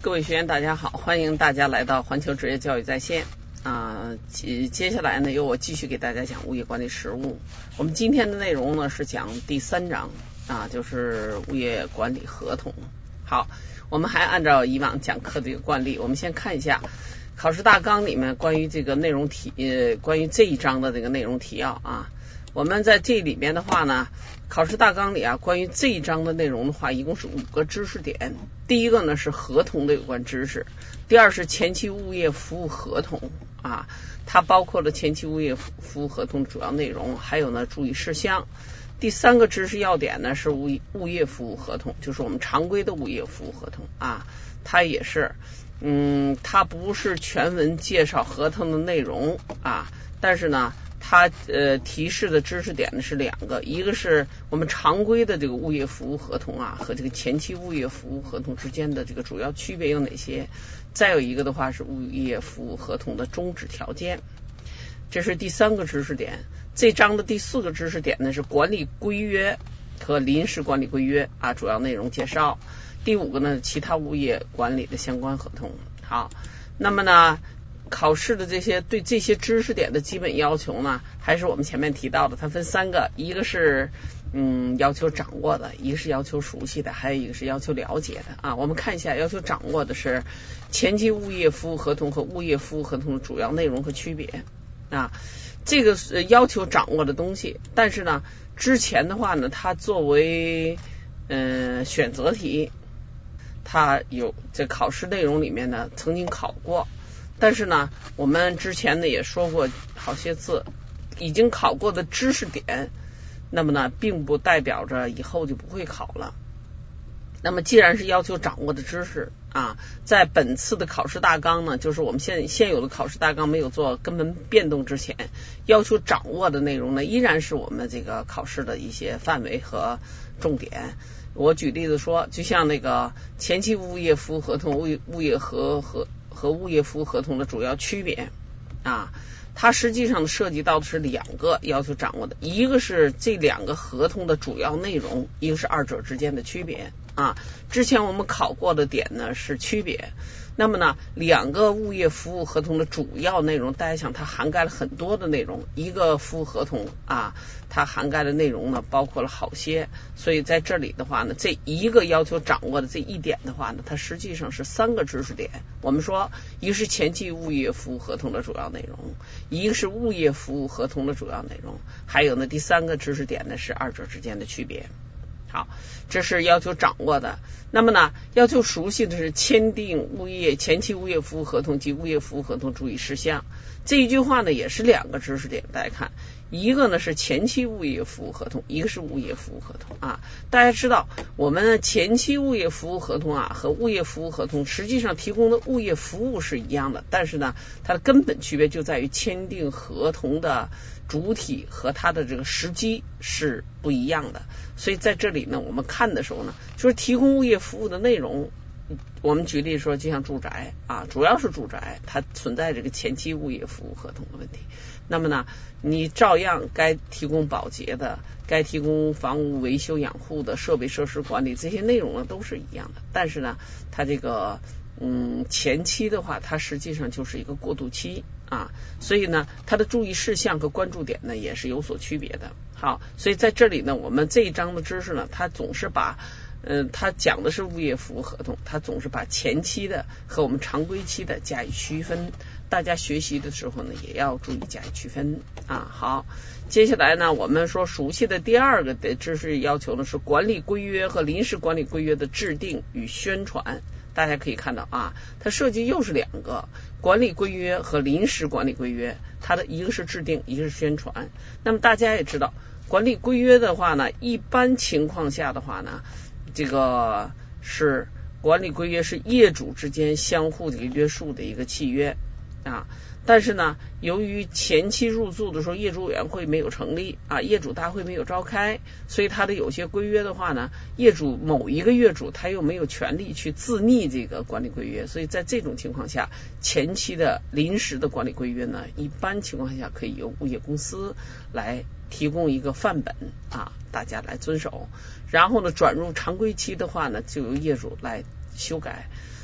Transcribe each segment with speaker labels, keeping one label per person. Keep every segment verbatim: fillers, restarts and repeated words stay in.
Speaker 1: 各位学员大家好，欢迎大家来到环球职业教育在线啊。接接下来呢，由我继续给大家讲物业管理实务。我们今天的内容呢是讲第三章啊，就是物业管理合同。好，我们还按照以往讲课的一个惯例，我们先看一下考试大纲里面关于这个内容提呃关于这一章的这个内容提要啊。我们在这里面的话呢，考试大纲里啊，关于这一章的内容的话，一共是五个知识点。第一个呢是合同的有关知识，第二是前期物业服务合同啊，它包括了前期物业服务合同的主要内容，还有呢注意事项。第三个知识要点呢是物物业服务合同，就是我们常规的物业服务合同啊，它也是嗯，它不是全文介绍合同的内容啊，但是呢它呃提示的知识点呢是两个，一个是我们常规的这个物业服务合同啊和这个前期物业服务合同之间的这个主要区别有哪些，再有一个的话是物业服务合同的终止条件，这是第三个知识点。这章的第四个知识点呢是管理规约和临时管理规约啊，主要内容介绍。第五个呢其他物业管理的相关合同。好，那么呢考试的这些对这些知识点的基本要求呢，还是我们前面提到的，它分三个，一个是嗯要求掌握的，一个是要求熟悉的，还有一个是要求了解的啊。我们看一下要求掌握的是前期物业服务合同和物业服务合同的主要内容和区别啊，这个是要求掌握的东西，但是呢之前的话呢，它作为嗯、呃、选择题，它有这考试内容里面呢曾经考过。但是呢，我们之前呢也说过好些次，已经考过的知识点，那么呢，并不代表着以后就不会考了。那么既然是要求掌握的知识啊，在本次的考试大纲呢，就是我们现现有的考试大纲没有做根本变动之前，要求掌握的内容呢，依然是我们这个考试的一些范围和重点。我举例子说，就像那个前期物业服务合同、物物业和和和物业服务合同的主要区别啊，它实际上涉及到的是两个要求掌握的，一个是这两个合同的主要内容，一个是二者之间的区别啊。之前我们考过的点呢是区别，那么呢两个物业服务合同的主要内容，大家想它涵盖了很多的内容，一个服务合同啊，它涵盖的内容呢包括了好些，所以在这里的话呢，这一个要求掌握的这一点的话呢，它实际上是三个知识点。我们说一个是前期物业服务合同的主要内容，一个是物业服务合同的主要内容，还有呢第三个知识点呢是二者之间的区别。好，这是要求掌握的。那么呢要求熟悉的是签订物业前期物业服务合同及物业服务合同注意事项。这一句话呢也是两个知识点，大家看，一个呢是前期物业服务合同，一个是物业服务合同啊。大家知道我们前期物业服务合同啊和物业服务合同实际上提供的物业服务是一样的，但是呢它的根本区别就在于签订合同的主体和它的这个时机是不一样的。所以在这里呢我们看的时候呢，就是提供物业服务的内容，我们举例说就像住宅啊，主要是住宅它存在这个前期物业服务合同的问题，那么呢你照样该提供保洁的，该提供房屋维修养护的，设备设施管理，这些内容呢都是一样的，但是呢它这个嗯前期的话它实际上就是一个过渡期啊，所以呢它的注意事项和关注点呢也是有所区别的。好，所以在这里呢我们这一章的知识呢，它总是把嗯，他讲的是物业服务合同，他总是把前期的和我们常规期的加以区分，大家学习的时候呢也要注意加以区分啊。好，接下来呢我们说熟悉的第二个的知识要求呢是管理规约和临时管理规约的制定与宣传。大家可以看到啊，它涉及又是两个管理规约和临时管理规约，它的一个是制定，一个是宣传。那么大家也知道管理规约的话呢，一般情况下的话呢，这个是管理规约是业主之间相互这个约束的一个契约啊，但是呢由于前期入住的时候业主委员会没有成立啊，业主大会没有召开，所以他的有些规约的话呢，业主某一个业主他又没有权利去自拟这个管理规约，所以在这种情况下，前期的临时的管理规约呢，一般情况下可以由物业公司来提供一个范本啊，大家来遵守，然后呢转入常规期的话呢，就由业主来修改。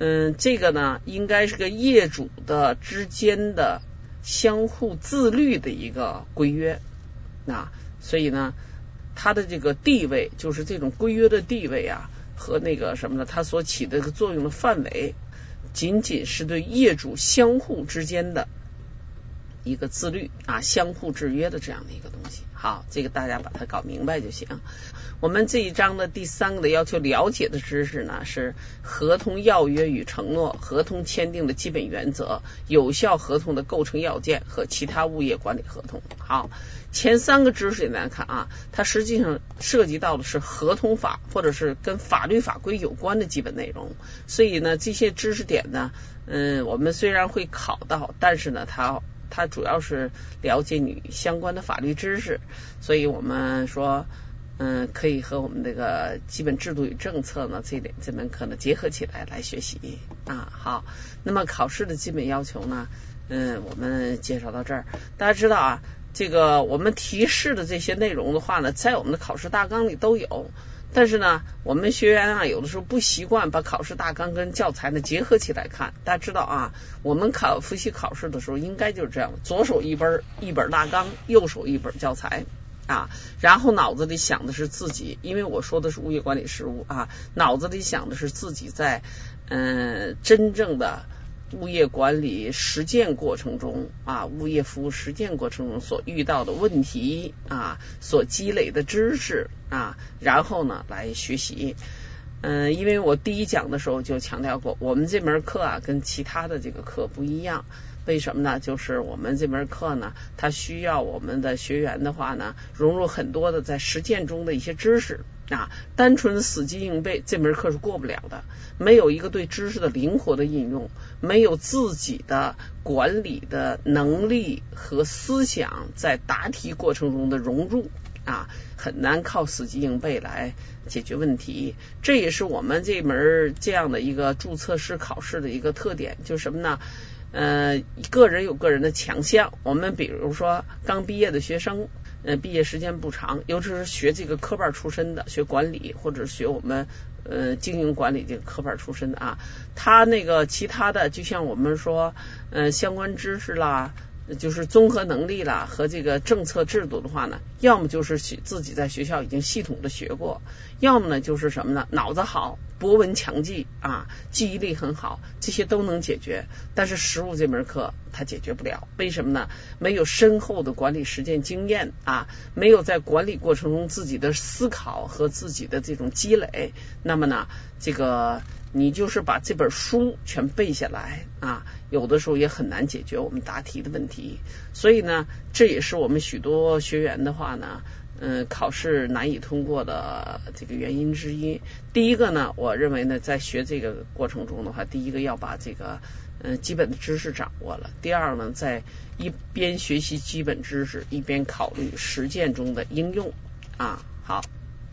Speaker 1: 嗯，这个呢应该是个业主的之间的相互自律的一个规约啊，所以呢它的这个地位，就是这种规约的地位啊和那个什么呢，它所起的这个作用的范围仅仅是对业主相互之间的一个自律啊，相互制约的这样的一个东西。好，这个大家把它搞明白就行。我们这一章的第三个的要求了解的知识呢，是合同要约与承诺、合同签订的基本原则、有效合同的构成要件和其他物业管理合同。好，前三个知识大家看啊，它实际上涉及到的是合同法或者是跟法律法规有关的基本内容，所以呢这些知识点呢，嗯，我们虽然会考到，但是呢它它主要是了解你相关的法律知识，所以我们说嗯，可以和我们这个基本制度与政策呢这点这门课呢结合起来来学习啊。好，那么考试的基本要求呢，嗯，我们介绍到这儿。大家知道啊，这个我们提示的这些内容的话呢，在我们的考试大纲里都有，但是呢我们学员啊有的时候不习惯把考试大纲跟教材呢结合起来看。大家知道啊，我们考复习考试的时候应该就是这样，左手一本一本大纲，右手一本教材啊，然后脑子里想的是自己，因为我说的是物业管理实务啊，脑子里想的是自己在嗯真正的物业管理实践过程中啊，物业服务实践过程中所遇到的问题啊，所积累的知识啊，然后呢来学习。嗯，因为我第一讲的时候就强调过，我们这门课啊跟其他的这个课不一样。为什么呢？就是我们这门课呢，它需要我们的学员的话呢，融入很多的在实践中的一些知识啊，单纯死记硬背这门课是过不了的，没有一个对知识的灵活的应用，没有自己的管理的能力和思想在答题过程中的融入啊，很难靠死记硬背来解决问题。这也是我们这门这样的一个注册式考试的一个特点，就是什么呢？呃，个人有个人的强项。我们比如说刚毕业的学生，呃，毕业时间不长，尤其是学这个科班出身的，学管理或者学我们呃经营管理这个科班出身的啊，他那个其他的，就像我们说，呃，相关知识啦，就是综合能力啦和这个政策制度的话呢，要么就是自己在学校已经系统的学过，要么呢就是什么呢，脑子好，博闻强记啊，记忆力很好，这些都能解决。但是实务这门课它解决不了，为什么呢？没有深厚的管理实践经验啊，没有在管理过程中自己的思考和自己的这种积累，那么呢这个你就是把这本书全背下来啊，有的时候也很难解决我们答题的问题。所以呢，这也是我们许多学员的话呢，嗯，考试难以通过的这个原因之一。第一个呢，我认为呢，在学这个过程中的话，第一个要把这个嗯基本的知识掌握了。第二呢，在一边学习基本知识，一边考虑实践中的应用啊。好。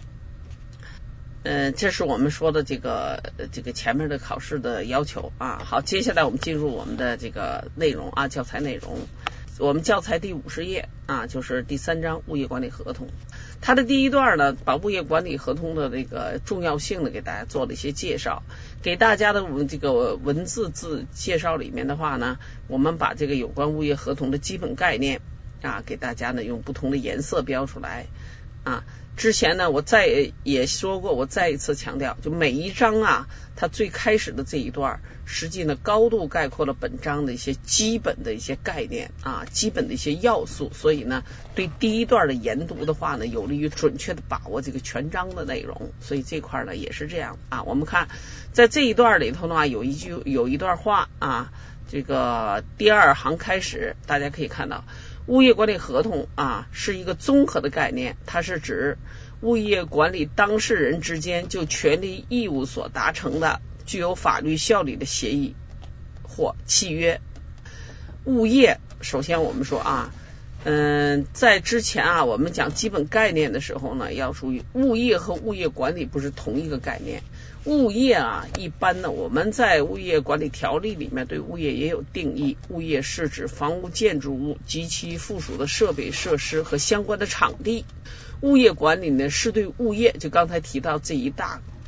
Speaker 1: 嗯，这是我们说的这个这个前面的考试的要求啊。好，接下来我们进入我们的这个内容啊，教材内容。我们教材第五十页啊，就是第三章物业管理合同。它的第一段呢，把物业管理合同的这个重要性呢，给大家做了一些介绍。给大家的这个文字字介绍里面的话呢，我们把这个有关物业合同的基本概念啊，给大家呢用不同的颜色标出来啊。之前呢，我再也说过，我再一次强调，就每一章啊，它最开始的这一段，实际呢高度概括了本章的一些基本的一些概念啊，基本的一些要素，所以呢，对第一段的研读的话呢，有利于准确的把握这个全章的内容。所以这块呢也是这样啊。我们看在这一段里头的话，有一句有一段话啊，这个第二行开始，大家可以看到。物业管理合同啊是一个综合的概念，它是指物业管理当事人之间就权利义务所达成的具有法律效力的协议或契约。物业首先我们说啊，嗯，在之前啊我们讲基本概念的时候呢，要注意物业和物业管理不是同一个概念。物业啊，一般呢，我们在物业管理条例里面对物业也有定义。物业是指房屋建筑物及其附属的设备设施和相关的场地。物业管理呢，是对物业就刚才提到这一大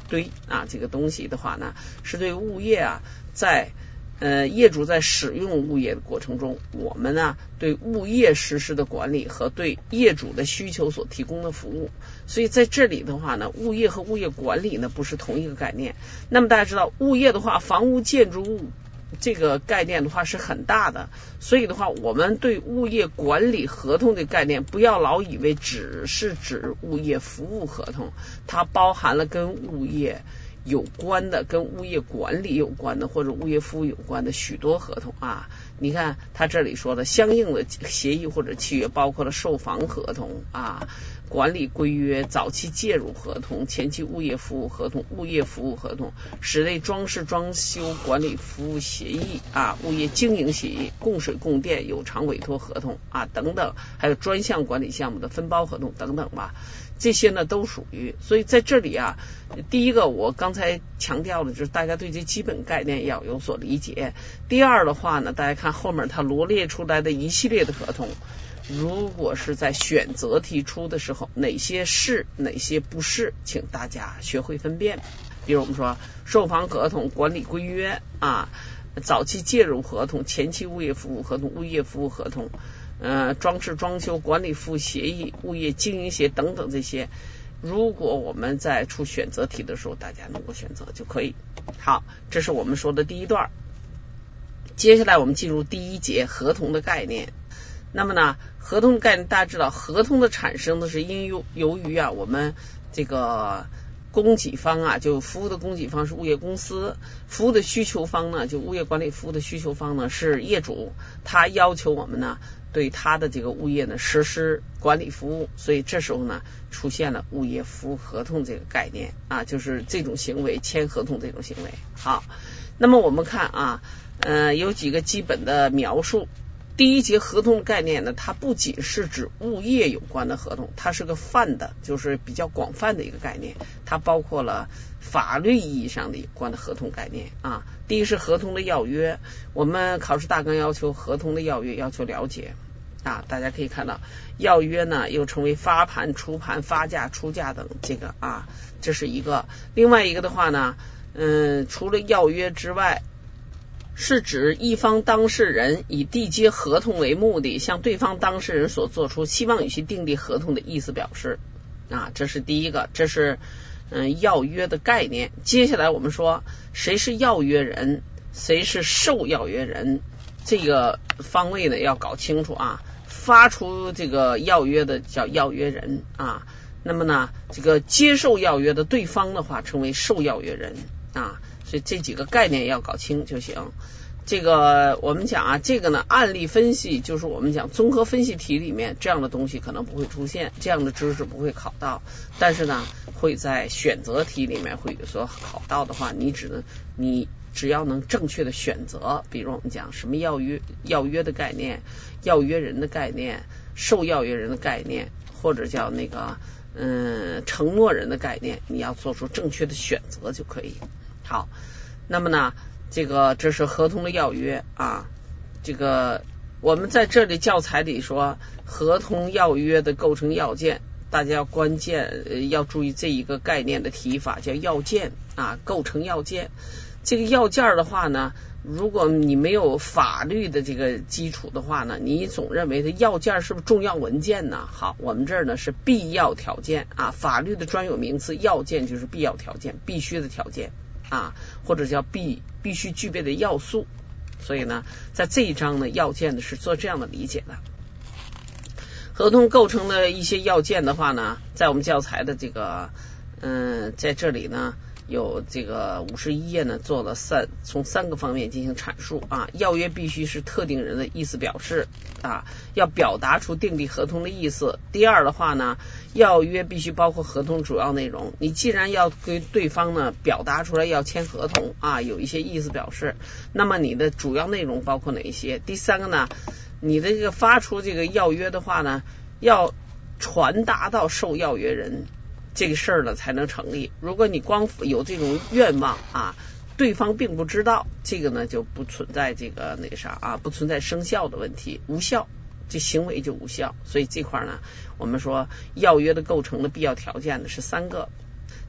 Speaker 1: 堆啊，这个东西的话呢，是对物业啊在呃业主在使用物业的过程中，我们呢对物业实施的管理和对业主的需求所提供的服务。所以在这里的话呢，物业和物业管理呢不是同一个概念。那么大家知道，物业的话，房屋建筑物这个概念的话是很大的，所以的话，我们对物业管理合同的概念，不要老以为只是指物业服务合同，它包含了跟物业有关的、跟物业管理有关的或者物业服务有关的许多合同啊。你看他这里说的相应的协议或者契约，包括了售房合同啊、管理规约、早期介入合同、前期物业服务合同、物业服务合同、室内装饰装修管理服务协议啊、物业经营协议、供水供电有偿委托合同啊等等，还有专项管理项目的分包合同等等吧。这些呢都属于，所以在这里啊，第一个我刚才强调的就是大家对这基本概念要有所理解。第二的话呢，大家看后面它罗列出来的一系列的合同，如果是在选择题出的时候，哪些是哪些不是，请大家学会分辨。比如我们说售房合同、管理规约啊、早期介入合同、前期物业服务合同、物业服务合同、呃，装饰装修管理服务协议、物业经营协等等这些，如果我们在出选择题的时候，大家能够选择就可以。好，这是我们说的第一段。接下来我们进入第一节合同的概念。那么呢，合同的概念大家知道，合同的产生呢是因由由于啊我们这个供给方啊，就服务的供给方是物业公司，服务的需求方呢，就物业管理服务的需求方呢是业主，他要求我们呢对他的这个物业呢实施管理服务，所以这时候呢出现了物业服务合同这个概念啊，就是这种行为，签合同这种行为。好，那么我们看啊，呃，有几个基本的描述。第一节合同的概念呢，它不仅是指物业有关的合同，它是个泛的，就是比较广泛的一个概念，它包括了法律意义上的有关的合同概念啊。第一是合同的要约，我们考试大纲要求合同的要约要求了解啊，大家可以看到要约呢又称为发盘、出盘、发价、出价等，这个啊这是一个。另外一个的话呢，嗯，除了要约之外，是指一方当事人以缔结合同为目的，向对方当事人所做出希望与其订立合同的意思表示啊，这是第一个，这是嗯要约的概念。接下来我们说谁是要约人，谁是受要约人，这个方位呢要搞清楚啊。发出这个要约的叫要约人啊，那么呢这个接受要约的对方的话称为受要约人啊。所以这几个概念要搞清就行。这个我们讲啊，这个呢案例分析就是我们讲综合分析题里面这样的东西可能不会出现，这样的知识不会考到，但是呢会在选择题里面会有所考到的话，你只能你只要能正确的选择，比如我们讲什么要约要约的概念、要约人的概念、受要约人的概念，或者叫那个嗯承诺人的概念，你要做出正确的选择就可以。好，那么呢这个这是合同的要约啊，这个我们在这里教材里说合同要约的构成要件，大家要关键、呃、要注意这一个概念的提法叫要件啊，构成要件。这个要件的话呢，如果你没有法律的这个基础的话呢，你总认为的要件是不是重要文件呢？好，我们这儿呢是必要条件啊，法律的专有名词，要件就是必要条件，必须的条件啊，或者叫必必须具备的要素。所以呢，在这一章呢，要件呢是做这样的理解的。合同构成的一些要件的话呢，在我们教材的这个嗯，在这里呢有这个五十一页呢，做了三从三个方面进行阐述啊。要约必须是特定人的意思表示啊，要表达出订立合同的意思。第二的话呢，要约必须包括合同主要内容。你既然要跟对方呢表达出来要签合同啊，有一些意思表示，那么你的主要内容包括哪一些？第三个呢，你的这个发出这个要约的话呢，要传达到受要约人。这个事儿呢才能成立。如果你光有这种愿望啊，对方并不知道，这个呢就不存在这个那个啥啊，不存在生效的问题，无效，这行为就无效。所以这块呢，我们说要约的构成的必要条件呢是三个。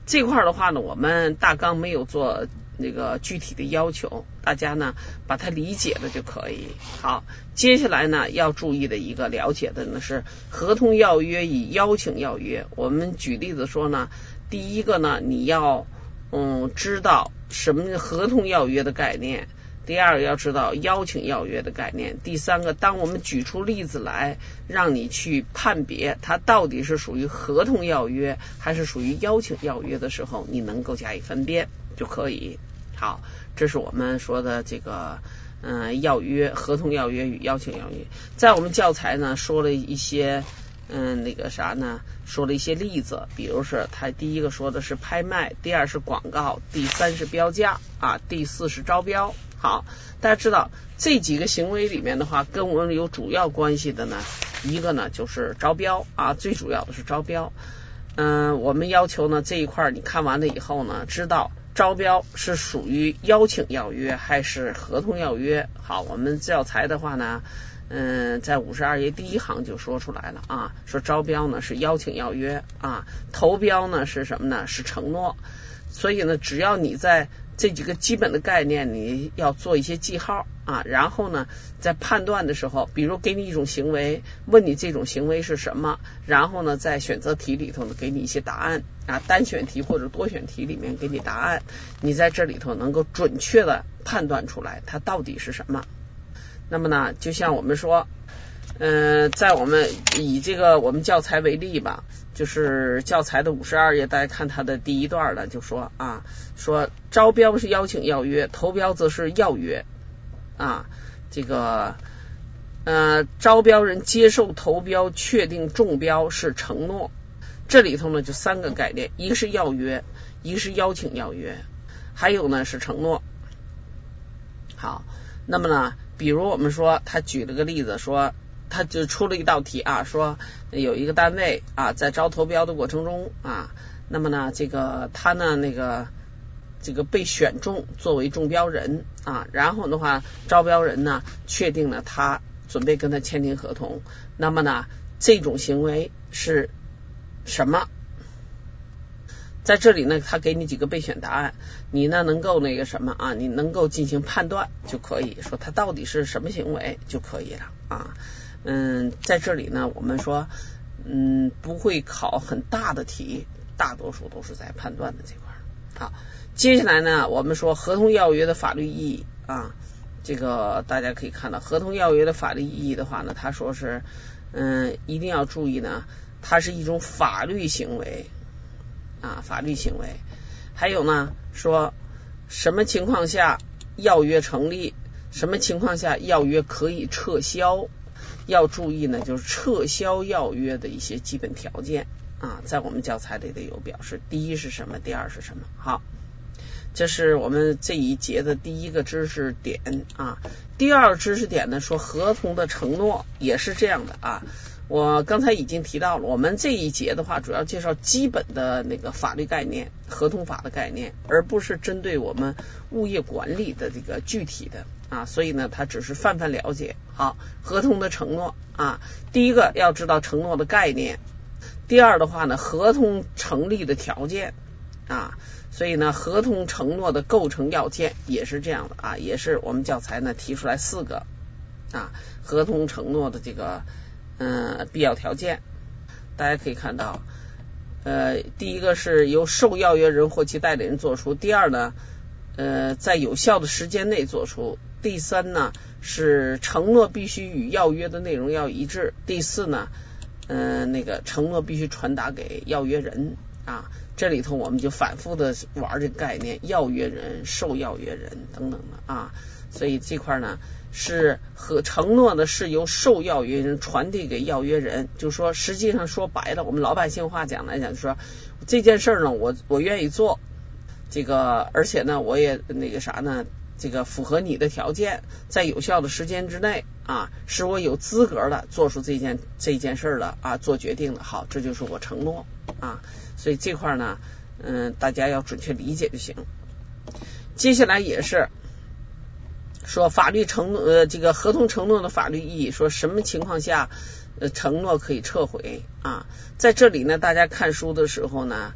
Speaker 1: 这块的话呢，我们大纲没有做那个具体的要求，大家呢把它理解了就可以。好，接下来呢要注意的一个了解的呢是合同要约与邀请要约。我们举例子说呢，第一个呢你要嗯知道什么合同要约的概念，第二个要知道邀请要约的概念，第三个当我们举出例子来让你去判别它到底是属于合同要约还是属于邀请要约的时候，你能够加以分辨就可以。好，这是我们说的这个嗯要约合同要约与邀请要约。在我们教材呢说了一些嗯那个啥呢说了一些例子，比如说他第一个说的是拍卖，第二是广告，第三是标价啊，第四是招标。好，大家知道这几个行为里面的话跟我们有主要关系的呢，一个呢就是招标啊，最主要的是招标。嗯，我们要求呢这一块你看完了以后呢，知道招标是属于邀请要约还是合同要约。好，我们教材的话呢嗯，在五十二页第一行就说出来了啊，说招标呢是邀请要约啊，投标呢是什么呢？是承诺。所以呢，只要你在这几个基本的概念你要做一些记号啊，然后呢在判断的时候，比如给你一种行为，问你这种行为是什么，然后呢在选择题里头呢给你一些答案啊，单选题或者多选题里面给你答案，你在这里头能够准确的判断出来它到底是什么。那么呢就像我们说嗯、呃，在我们以这个我们教材为例吧，就是教材的五十二页，大家看它的第一段了，就说啊，说招标是邀请要约，投标则是要约啊，这个呃招标人接受投标确定中标是承诺。这里头呢就三个概念，一个是要约，一个是邀请要约，还有呢是承诺。好，那么呢比如我们说他举了个例子，说他就出了一道题啊，说有一个单位啊在招投标的过程中啊，那么呢这个他呢那个这个被选中作为中标人啊，然后的话招标人呢确定了他准备跟他签订合同，那么呢这种行为是什么？在这里呢他给你几个备选答案，你呢能够那个什么啊，你能够进行判断就可以，说它到底是什么行为就可以了啊。嗯，在这里呢我们说嗯不会考很大的题，大多数都是在判断的这块。好，接下来呢我们说合同要约的法律意义啊，这个大家可以看到合同要约的法律意义的话呢，他说是嗯一定要注意呢，它是一种法律行为啊，法律行为。还有呢说什么情况下要约成立，什么情况下要约可以撤销，要注意呢就是撤销要约的一些基本条件啊，在我们教材里的有表示，第一是什么，第二是什么。好，这是我们这一节的第一个知识点啊。第二个知识点呢说合同的承诺也是这样的啊，我刚才已经提到了，我们这一节的话主要介绍基本的那个法律概念，合同法的概念，而不是针对我们物业管理的这个具体的啊，所以呢它只是泛泛了解。好，合同的承诺啊，第一个要知道承诺的概念，第二的话呢合同成立的条件啊，所以呢合同承诺的构成要件也是这样的啊，也是我们教材呢提出来四个啊合同承诺的这个嗯必要条件。大家可以看到呃第一个是由受要约人或其代理人做出，第二呢呃在有效的时间内做出，第三呢是承诺必须与要约的内容要一致，第四呢呃那个承诺必须传达给要约人啊。这里头我们就反复的玩这个概念，要约人、受要约人等等的啊，所以这块呢是和承诺呢是由受要约人传递给要约人，就是说实际上说白了，我们老百姓话讲来讲，就是说这件事呢我我愿意做，这个而且呢我也那个啥呢，这个符合你的条件，在有效的时间之内啊，使我有资格的做出这件这件事了啊，做决定了。好，这就是我承诺啊，所以这块呢嗯大家要准确理解就行。接下来也是说法律承诺呃这个合同承诺的法律意义，说什么情况下呃承诺可以撤回啊。在这里呢大家看书的时候呢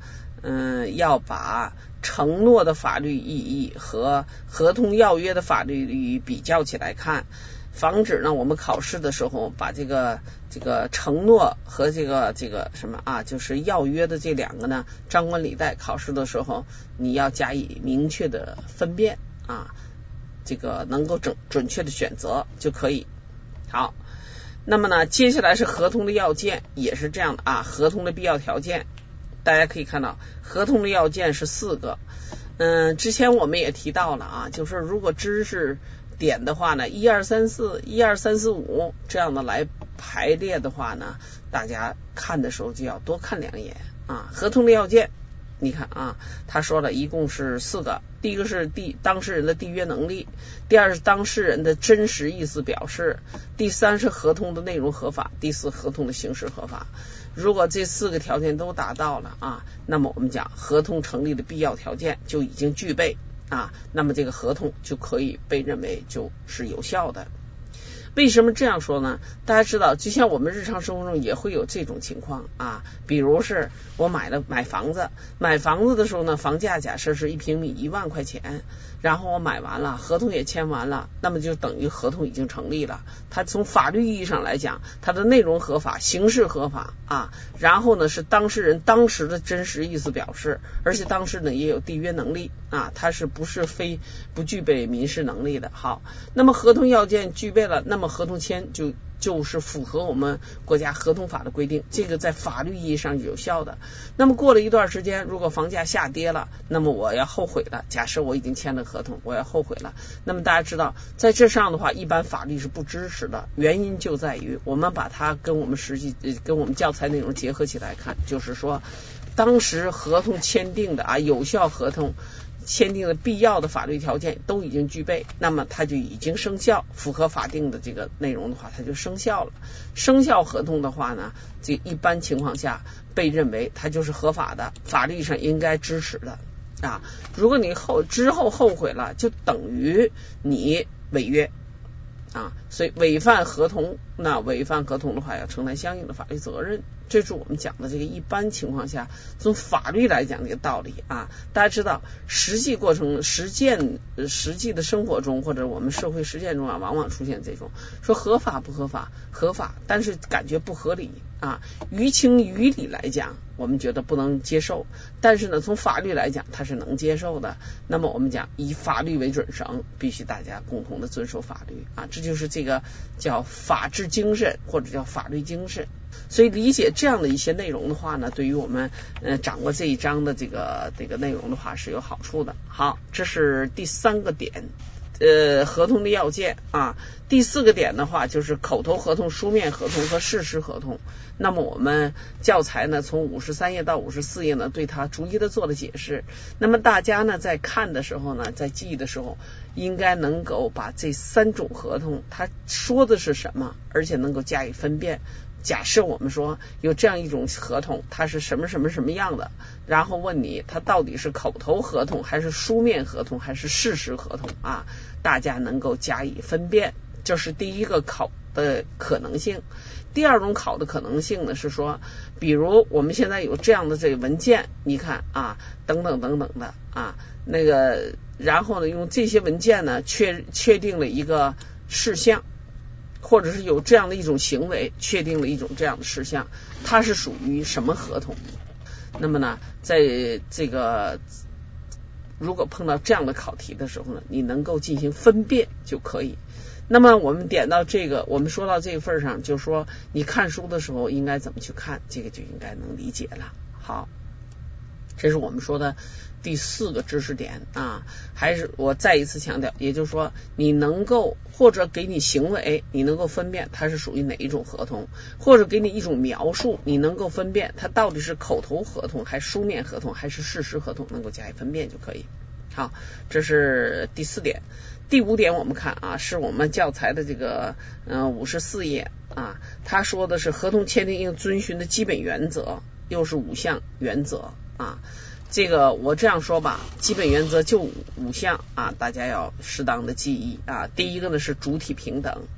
Speaker 1: 嗯，要把承诺的法律意义和合同要约的法律意义比较起来看，防止呢我们考试的时候把这个这个承诺和这个这个什么啊，就是要约的这两个呢张冠李戴，考试的时候你要加以明确的分辨啊，这个能够准准确的选择就可以。好，那么呢接下来是合同的要件，也是这样的啊，合同的必要条件，大家可以看到合同的要件是四个。嗯，之前我们也提到了啊，就是如果知识点的话呢，一二三四一二三四五这样的来排列的话呢，大家看的时候就要多看两眼啊。合同的要件你看啊，他说了一共是四个，第一个是缔当事人的缔约能力，第二是当事人的真实意思表示，第三是合同的内容合法，第四合同的形式合法。如果这四个条件都达到了啊，那么我们讲合同成立的必要条件就已经具备啊，那么这个合同就可以被认为就是有效的。为什么这样说呢？大家知道，就像我们日常生活中也会有这种情况啊，比如是我买了买房子，买房子的时候呢，房价假设是一平米一万块钱，然后我买完了，合同也签完了，那么就等于合同已经成立了。它从法律意义上来讲，它的内容合法，形式合法啊，然后呢是当事人当时的真实意思表示，而且当时呢也有缔约能力啊，它是不是非不具备民事能力的。好，那么合同要件具备了，那么合同签就就是符合我们国家合同法的规定，这个在法律意义上有效的。那么过了一段时间，如果房价下跌了，那么我要后悔了，假设我已经签了合同，我要后悔了，那么大家知道在这上的话一般法律是不支持的，原因就在于我们把它跟我们实际跟我们教材内容结合起来看，就是说当时合同签订的啊有效合同签订的必要的法律条件都已经具备，那么它就已经生效，符合法定的这个内容的话它就生效了。生效合同的话呢，这一般情况下被认为它就是合法的，法律上应该支持的啊。如果你后之后后悔了，就等于你违约啊，所以违反合同，那违反合同的话要承担相应的法律责任。这是我们讲的这个一般情况下从法律来讲这个道理啊。大家知道实际过程实践实际的生活中或者我们社会实践中啊，往往出现这种说合法不合法，合法但是感觉不合理啊，于情于理来讲我们觉得不能接受，但是呢从法律来讲它是能接受的。那么我们讲以法律为准绳，必须大家共同的遵守法律啊，这就是这个叫法治精神或者叫法律精神。所以理解这样的一些内容的话呢，对于我们呃掌握这一章的这个这个内容的话是有好处的。好，这是第三个点，呃合同的要件啊。第四个点的话就是口头合同、书面合同和事实合同。那么我们教材呢从五十三页到五十四页呢对它逐一的做了解释。那么大家呢在看的时候呢，在记忆的时候应该能够把这三种合同它说的是什么，而且能够加以分辨。假设我们说有这样一种合同，它是什么什么什么样的，然后问你它到底是口头合同还是书面合同还是事实合同啊，大家能够加以分辨，这是第一个考的可能性。第二种考的可能性呢是说，比如我们现在有这样的这个文件，你看啊等等等等的啊那个，然后呢用这些文件呢确确定了一个事项，或者是有这样的一种行为，确定了一种这样的事项，它是属于什么合同？那么呢，在这个如果碰到这样的考题的时候呢，你能够进行分辨就可以。那么我们点到这个，我们说到这个份上，就说你看书的时候应该怎么去看，这个就应该能理解了。好，这是我们说的第四个知识点啊，还是我再一次强调，也就是说你能够或者给你行为，你能够分辨它是属于哪一种合同，或者给你一种描述，你能够分辨它到底是口头合同还是书面合同还是事实合同，能够加以分辨就可以。好，这是第四点。第五点我们看啊，是我们教材的这个嗯五十四页啊，他说的是合同签订应遵循的基本原则，又是五项原则啊。这个我这样说吧，基本原则就五项啊，大家要适当的记忆啊。第一个呢是主体平等，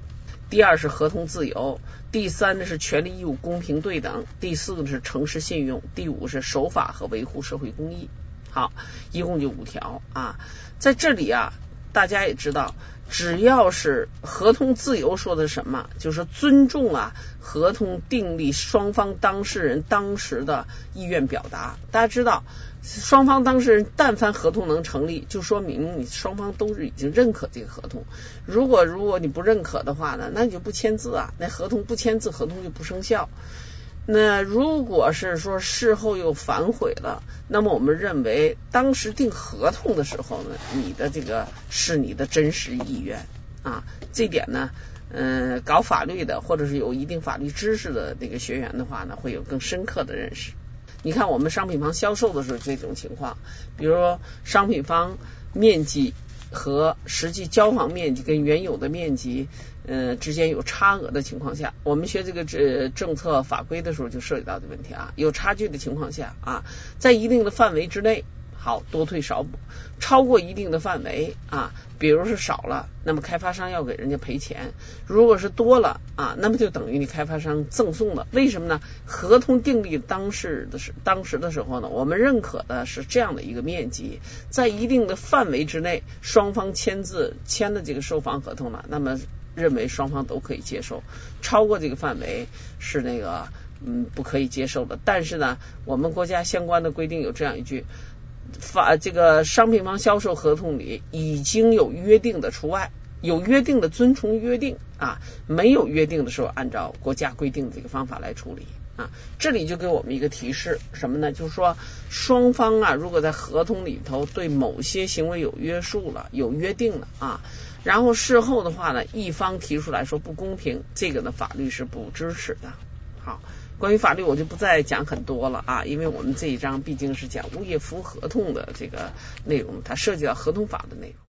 Speaker 1: 第二是合同自由，第三呢是权利义务公平对等，第四个是诚实信用，第五是守法和维护社会公义。好，一共就五条啊。在这里啊，大家也知道，只要是合同自由说的什么，就是尊重啊合同订立双方当事人当时的意愿表达。大家知道，双方当事人但凡合同能成立，就说明你双方都是已经认可这个合同。如果如果你不认可的话呢，那你就不签字啊，那合同不签字，合同就不生效。那如果是说事后又反悔了，那么我们认为当时订合同的时候呢，你的这个是你的真实意愿啊。这点呢，嗯，搞法律的或者是有一定法律知识的那个学员的话呢，会有更深刻的认识。你看我们商品房销售的时候这种情况，比如说商品房面积和实际交房面积跟原有的面积呃之间有差额的情况下，我们学这个呃政策法规的时候就涉及到这个问题啊。有差距的情况下啊，在一定的范围之内，好多退少补，超过一定的范围啊，比如是少了，那么开发商要给人家赔钱；如果是多了啊，那么就等于你开发商赠送了。为什么呢？合同订立当时的时当时的时候呢，我们认可的是这样的一个面积，在一定的范围之内，双方签字签的这个售房合同了，那么认为双方都可以接受。超过这个范围是那个嗯不可以接受的。但是呢，我们国家相关的规定有这样一句。法这个商品房销售合同里已经有约定的除外，有约定的遵从约定啊，没有约定的时候按照国家规定的这个方法来处理啊。这里就给我们一个提示，什么呢？就是说双方啊，如果在合同里头对某些行为有约束了，有约定了啊，然后事后的话呢，一方提出来说不公平，这个呢法律是不支持的。好。关于法律我就不再讲很多了啊，因为我们这一章毕竟是讲物业服务合同的这个内容，它涉及到合同法的内容。